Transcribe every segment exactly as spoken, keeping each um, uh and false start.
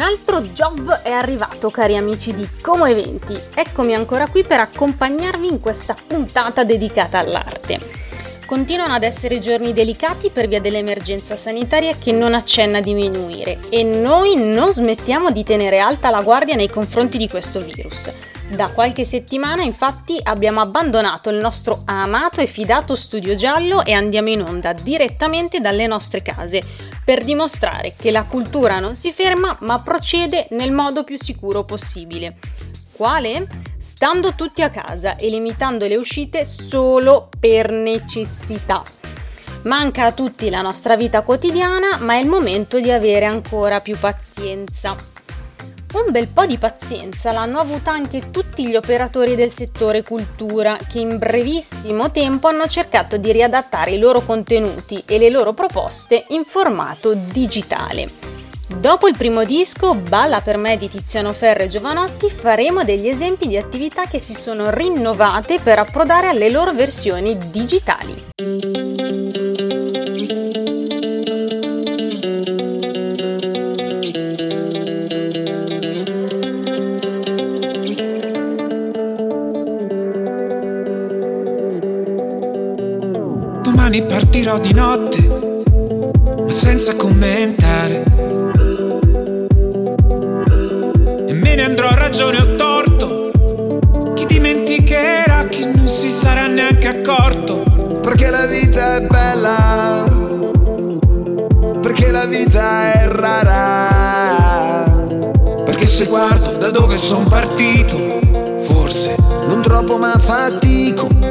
altro Giove è arrivato, cari amici di Como Eventi. Eccomi ancora qui per accompagnarvi in questa puntata dedicata all'arte. Continuano ad essere giorni delicati per via dell'emergenza sanitaria che non accenna a diminuire e noi non smettiamo di tenere alta la guardia nei confronti di questo virus. Da qualche settimana infatti abbiamo abbandonato il nostro amato e fidato studio giallo e andiamo in onda direttamente dalle nostre case per dimostrare che la cultura non si ferma ma procede nel modo più sicuro possibile. Quale? Stando tutti a casa e limitando le uscite solo per necessità. Manca a tutti la nostra vita quotidiana, ma è il momento di avere ancora più pazienza. Un bel po' di pazienza l'hanno avuta anche tutti gli operatori del settore cultura che in brevissimo tempo hanno cercato di riadattare i loro contenuti e le loro proposte in formato digitale. Dopo il primo disco, Balla per me di Tiziano Ferro e Jovanotti, faremo degli esempi di attività che si sono rinnovate per approdare alle loro versioni digitali. Domani partirò di notte, ma senza commentare. E me ne andrò a ragione o torto. Chi dimenticherà, chi non si sarà neanche accorto. Perché la vita è bella, perché la vita è rara. Perché se guardo da dove son partito, forse non troppo ma fatico.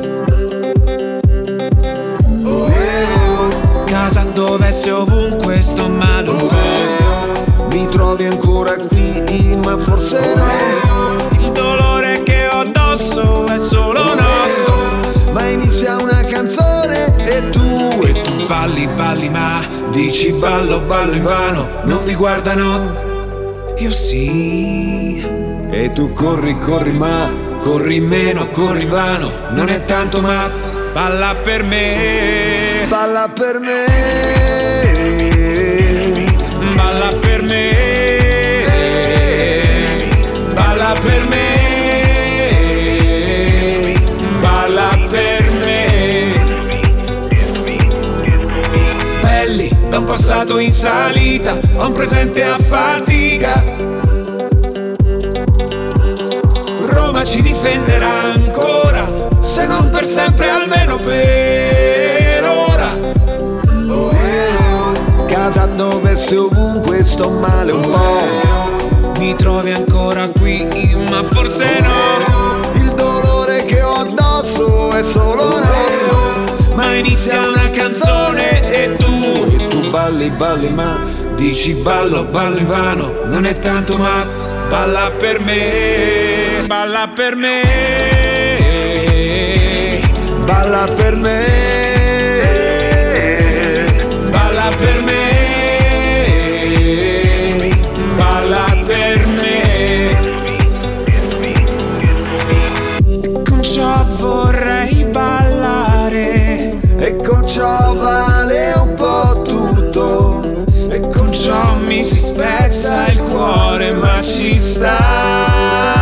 Casa dove sei ovunque sto male un po'. Mi trovi ancora qui, ma forse no. Il dolore che ho addosso è solo nostro. Ma inizia una canzone e tu E tu balli, balli ma dici ballo, ballo invano. Non mi guardano, io sì. E tu corri, corri ma corri meno, corri vano. Non è tanto ma balla per me. Balla per me, balla per me, balla per me, balla per me. Belli da un passato in salita a un presente a fatica. Roma ci difenderà ancora, se non per sempre almeno per ora. Casa dove sei ovunque sto male un po'. Mi trovi ancora qui, ma forse no. Il dolore che ho addosso è solo nostro. Ma inizia una canzone e tu E tu balli, balli ma dici ballo, ballo invano. Non è tanto ma balla per me. Balla per me, balla per me, balla per me, balla per me. E con ciò vorrei ballare, e con ciò vale un po' tutto. e con ciò mi si spezza il cuore, ma ci sta.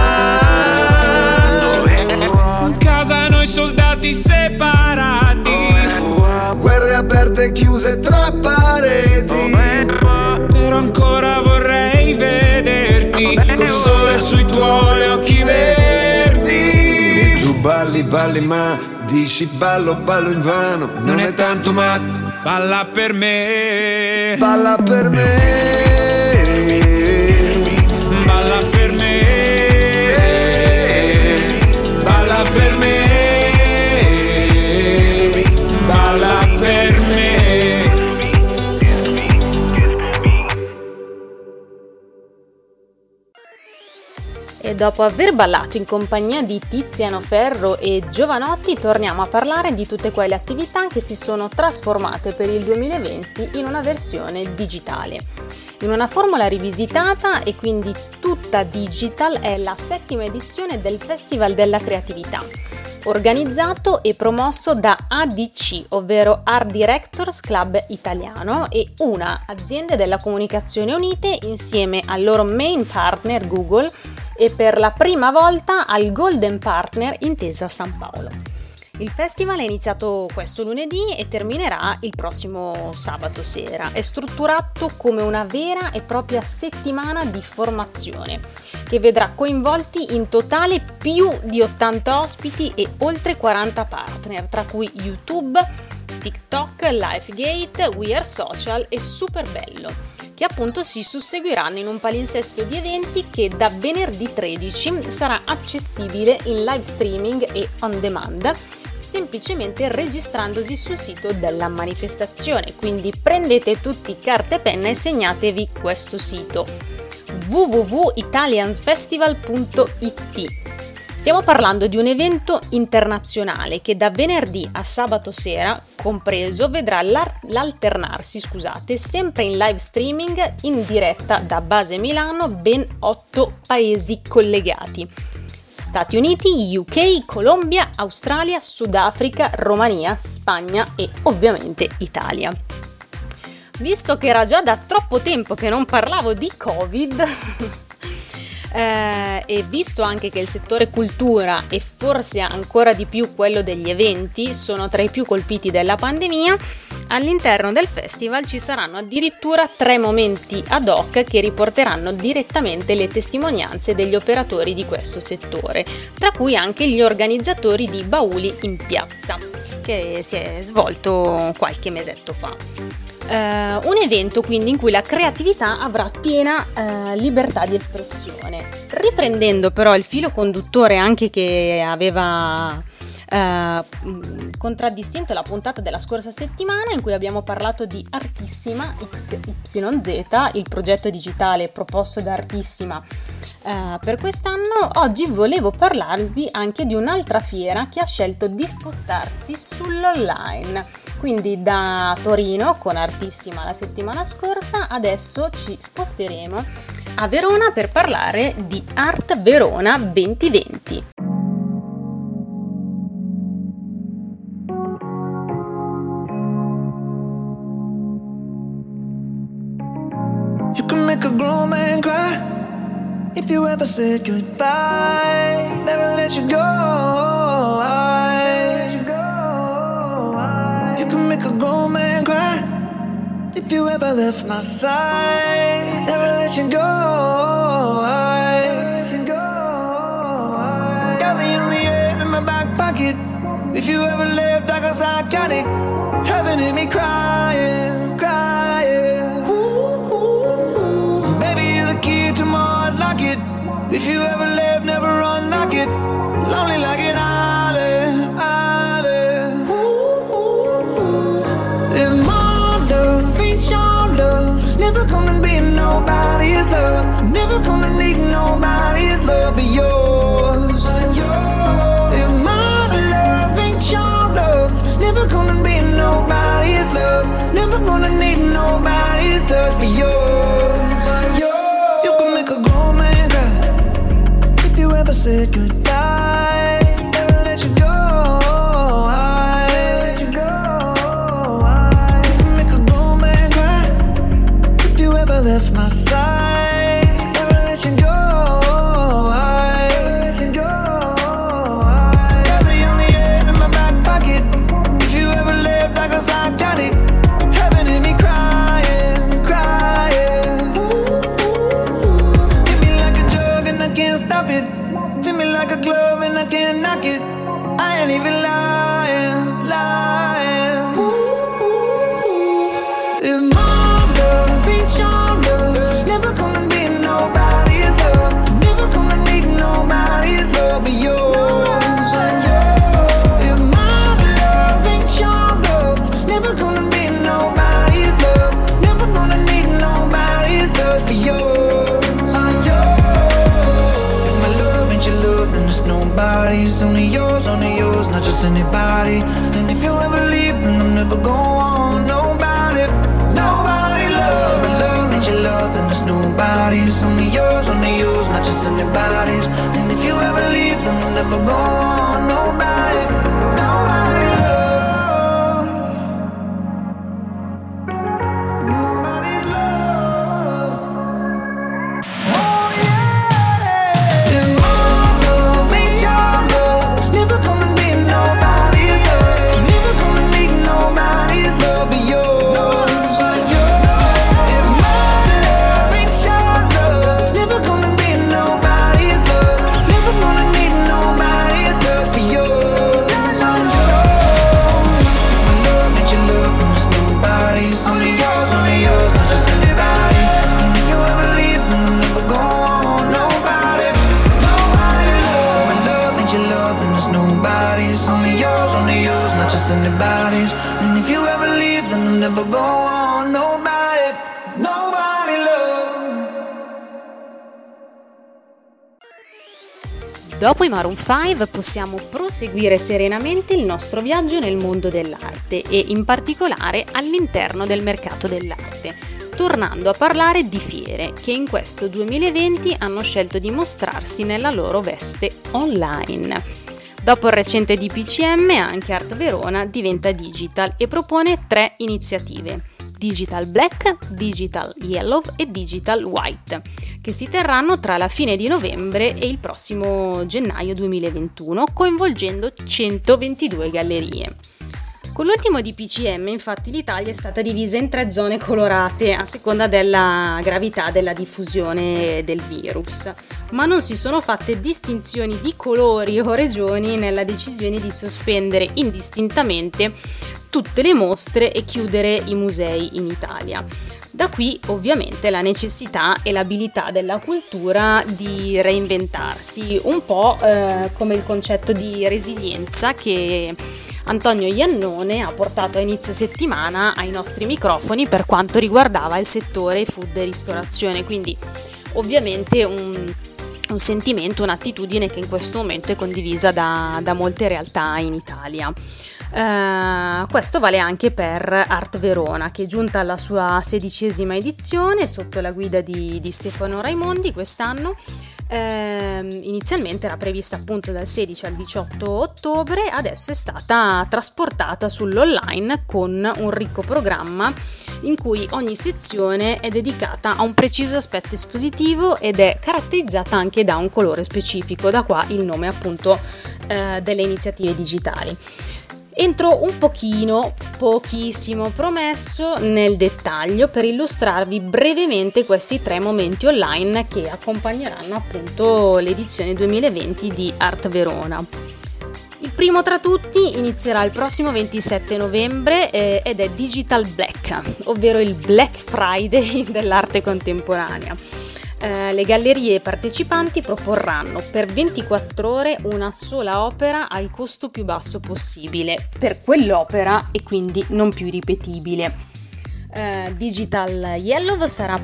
In casa noi soldati separati, Guerre aperte e chiuse tra pareti. però ancora vorrei vederti col sole sui tuoi occhi verdi. E tu balli, balli ma dici ballo, ballo invano. Non è tanto ma balla per me. Balla per me, Balla per me, balla per me, balla per me. E dopo aver ballato in compagnia di Tiziano Ferro e Jovanotti torniamo a parlare di tutte quelle attività che si sono trasformate per il duemilaventi in una versione digitale. In una formula rivisitata e quindi tutta digital è la settima edizione del Festival della Creatività. organizzato e promosso da A D C, ovvero Art Directors Club Italiano, e una Aziende della Comunicazione Unite insieme al loro main partner Google e per la prima volta al Golden Partner Intesa San Paolo. Il festival è iniziato questo lunedì e terminerà il prossimo sabato sera. È strutturato come una vera e propria settimana di formazione che vedrà coinvolti in totale più di ottanta ospiti e oltre quaranta partner, tra cui YouTube, TikTok, Lifegate, We Are Social e Superbello, che appunto si susseguiranno in un palinsesto di eventi che da venerdì tredici sarà accessibile in live streaming e on demand, semplicemente registrandosi sul sito della manifestazione. Quindi prendete tutti carta e penna e segnatevi questo sito: w w w punto italiansfestival punto i t. Stiamo parlando di un evento internazionale che da venerdì a sabato sera compreso vedrà l'alternarsi, scusate, sempre in live streaming in diretta da base Milano, ben otto paesi collegati: Stati Uniti, U K, Colombia, Australia, Sudafrica, Romania, Spagna e ovviamente Italia. Visto che era già da troppo tempo che non parlavo di Covid eh, e visto anche che il settore cultura e forse ancora di più quello degli eventi sono tra i più colpiti dalla pandemia, all'interno del festival ci saranno addirittura tre momenti ad hoc che riporteranno direttamente le testimonianze degli operatori di questo settore, tra cui anche gli organizzatori di Bauli in Piazza, che si è svolto qualche mesetto fa. Uh, un evento quindi in cui la creatività avrà piena uh, libertà di espressione, riprendendo però il filo conduttore anche che aveva uh, contraddistinto la puntata della scorsa settimana, in cui abbiamo parlato di Artissima X Y Z, il progetto digitale proposto da Artissima Uh, per quest'anno. Oggi volevo parlarvi anche di un'altra fiera che ha scelto di spostarsi sull'online, quindi da Torino con Artissima la settimana scorsa adesso ci sposteremo a Verona per parlare di Art Verona duemilaventi. You can make a grown man cry if you ever said goodbye, never let you go. I, you can make a grown man cry if you ever left my side, never let you go. I, you're the only air in my back pocket. If you ever lived like a psychotic, heaven hit me crying, crying. If you ever live, never unlock it. Lonely like an island, island. If my love ain't your love, it's never gonna be nobody's love. Never gonna need nobody's love but yours. If my love ain't your love, it's never gonna be nobody's love. Never gonna need nobody's touch but yours. You can make a grown man cry ever said goodbye, never let you go. I, you can make a grown man cry if you ever left my side, never let you go. I, you're the only air in my back pocket. If you ever lived like a psychotic, heaven hit me crying, crying. anybody's. And if you ever leave, then I'll never go on. Nobody, nobody love. Dopo i Maroon cinque possiamo proseguire serenamente il nostro viaggio nel mondo dell'arte e in particolare all'interno del mercato dell'arte, tornando a parlare di fiere che in questo duemilaventi hanno scelto di mostrarsi nella loro veste online. Dopo il recente D P C M, anche Art Verona diventa digital e propone tre iniziative: Digital Black, Digital Yellow e Digital White, che si terranno tra la fine di novembre e il prossimo gennaio duemilaventuno, coinvolgendo centoventidue gallerie. Con l'ultimo D P C M, infatti, l'Italia è stata divisa in tre zone colorate a seconda della gravità della diffusione del virus, ma non si sono fatte distinzioni di colori o regioni nella decisione di sospendere indistintamente tutte le mostre e chiudere i musei in Italia. Da qui ovviamente la necessità e l'abilità della cultura di reinventarsi, un po' eh, come il concetto di resilienza che Antonio Iannone ha portato a inizio settimana ai nostri microfoni per quanto riguardava il settore food e ristorazione, quindi ovviamente un, un sentimento, un'attitudine che in questo momento è condivisa da, da molte realtà in Italia. Uh, questo vale anche per Art Verona, che è giunta alla sua sedicesima edizione sotto la guida di, di Stefano Raimondi quest'anno. Uh, inizialmente era prevista appunto dal sedici al diciotto ottobre, adesso è stata trasportata sull'online con un ricco programma in cui ogni sezione è dedicata a un preciso aspetto espositivo ed è caratterizzata anche da un colore specifico, da qua il nome appunto uh, delle iniziative digitali. Entro un pochino, pochissimo promesso, nel dettaglio per illustrarvi brevemente questi tre momenti online che accompagneranno appunto l'edizione duemilaventi di Art Verona. Il primo tra tutti inizierà il prossimo ventisette novembre eh, ed è Digital Black, ovvero il Black Friday dell'arte contemporanea. Eh, le gallerie partecipanti proporranno per ventiquattro ore una sola opera al costo più basso possibile per quell'opera e quindi non più ripetibile. Eh, Digital Yellow sarà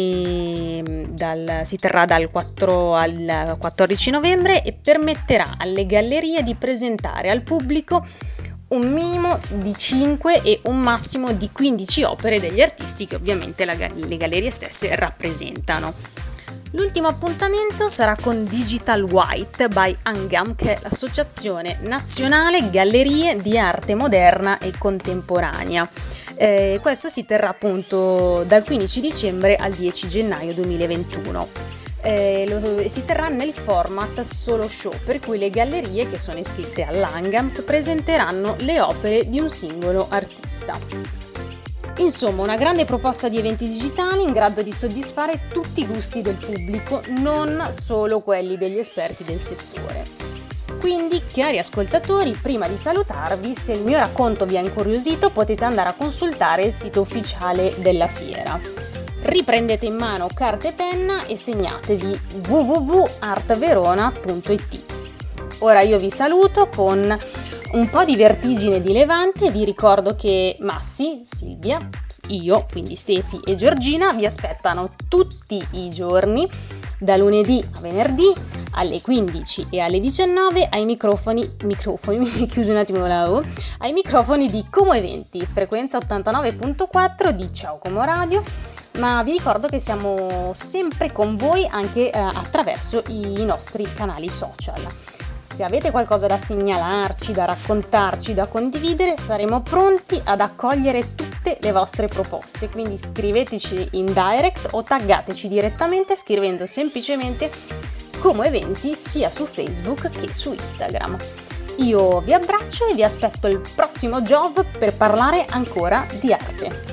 poi dal, si terrà dal quattro al quattordici novembre e permetterà alle gallerie di presentare al pubblico un minimo di cinque e un massimo di quindici opere degli artisti che ovviamente la, le gallerie stesse rappresentano. L'ultimo appuntamento sarà con Digital White by Angam, che è l'Associazione Nazionale Gallerie di Arte Moderna e Contemporanea. Eh, questo si terrà appunto dal quindici dicembre al dieci gennaio duemilaventuno. Eh, lo, si terrà nel format solo show, per cui le gallerie che sono iscritte all'Angam presenteranno le opere di un singolo artista. Insomma, una grande proposta di eventi digitali in grado di soddisfare tutti i gusti del pubblico, non solo quelli degli esperti del settore. Quindi, cari ascoltatori, prima di salutarvi, se il mio racconto vi ha incuriosito, potete andare a consultare il sito ufficiale della fiera. Riprendete in mano carta e penna e segnatevi w w w punto art verona punto i t. Ora io vi saluto con un po' di vertigine di Levante e vi ricordo che Massi, Silvia, io, quindi Stefi e Giorgina vi aspettano tutti i giorni da lunedì a venerdì alle quindici e alle diciannove ai microfoni, microfoni, mi chiuso un attimo la O, ai microfoni di Como Eventi, frequenza ottantanove virgola quattro di Ciao Como Radio, ma vi ricordo che siamo sempre con voi anche eh, attraverso i nostri canali social. Se avete qualcosa da segnalarci, da raccontarci, da condividere, saremo pronti ad accogliere tutte le vostre proposte, quindi scriveteci in direct o taggateci direttamente scrivendo semplicemente Como Eventi sia su Facebook che su Instagram. Io vi abbraccio e vi aspetto il prossimo job per parlare ancora di arte.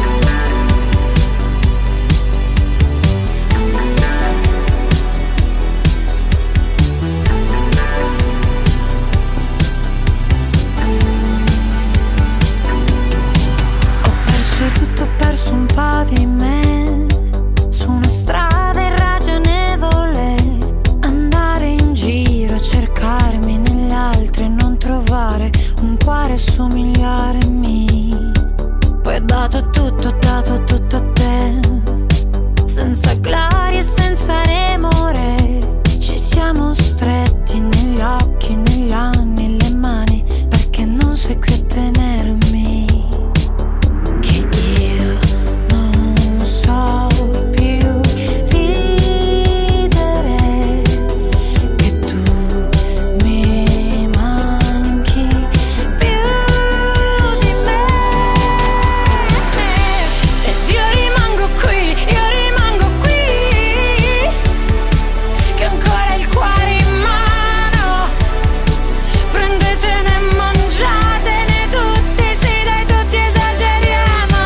Un po' di me su una strada irragionevole, andare in giro a cercarmi negli altri e non trovare un cuore somigliante ringraziarmi. Poi ho dato tutto, ho dato tutto a te, senza gloria e senza remore. Ci siamo stretti negli occhi, negli anni, le mani, perché non sei qui a tenermi. Che io non so più ridere, che tu mi manchi più di me. Ed io rimango qui, io rimango qui, che ho ancora il cuore in mano. Prendetene e mangiatene tutti, sì dai, tutti esageriamo.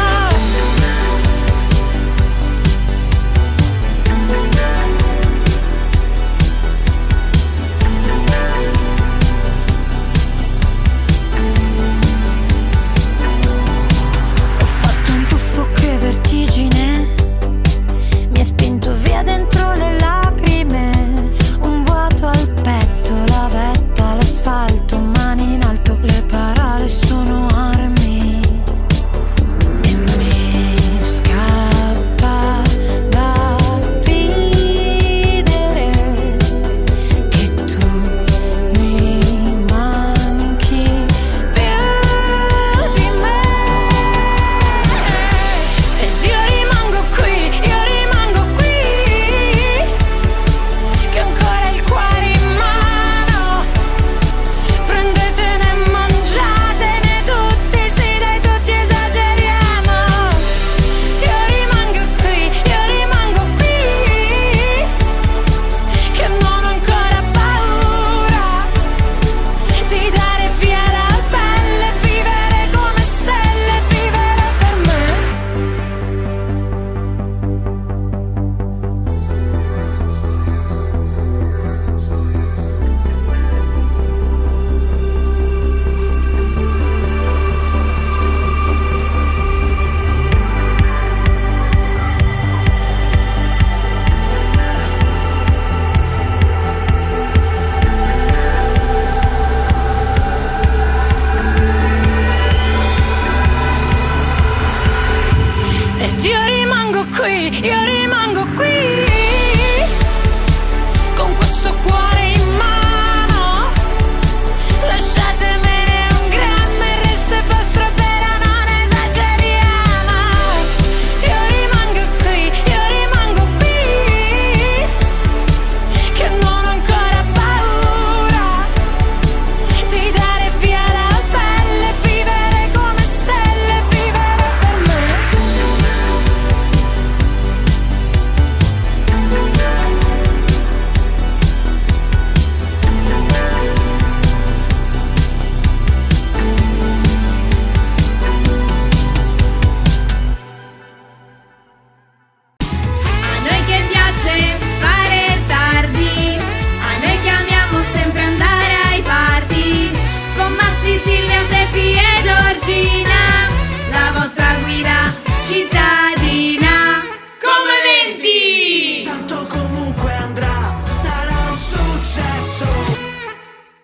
Ho fatto un tuffo, che vertigine, mi hai spinto via dentro le lacrime. Un vuoto al petto, la vetta, l'asfalto, mani in alto, le parole sono armi. E mi scappa da ridere, che tu mi manchi più di me. Ed io rimango qui, io rimango qui, che ho ancora il cuore in mano. Prendetene e mangiatene tutti, sì dai, tutti esageriamo. Io rimango qui, io rimango qui, che non ho ancora paura di dare via la pelle, vivere come stelle, vivere per me. Ed io rimango qui, io rimango